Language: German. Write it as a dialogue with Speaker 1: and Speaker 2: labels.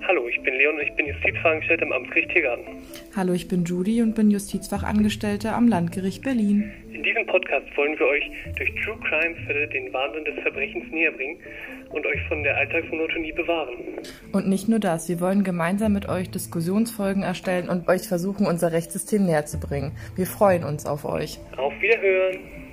Speaker 1: Hallo, ich bin Leon und ich bin Justizfachangestellter im Amtsgericht Tiergarten.
Speaker 2: Hallo, ich bin Judy und bin Justizfachangestellte am Landgericht Berlin.
Speaker 1: In diesem Podcast wollen wir euch durch True Crime-Fälle den Wahnsinn des Verbrechens näher bringen und euch von der Alltagsmonotonie bewahren.
Speaker 2: Und nicht nur das, wir wollen gemeinsam mit euch Diskussionsfolgen erstellen und euch versuchen, unser Rechtssystem näher zu bringen. Wir freuen uns auf euch.
Speaker 1: Auf Wiederhören!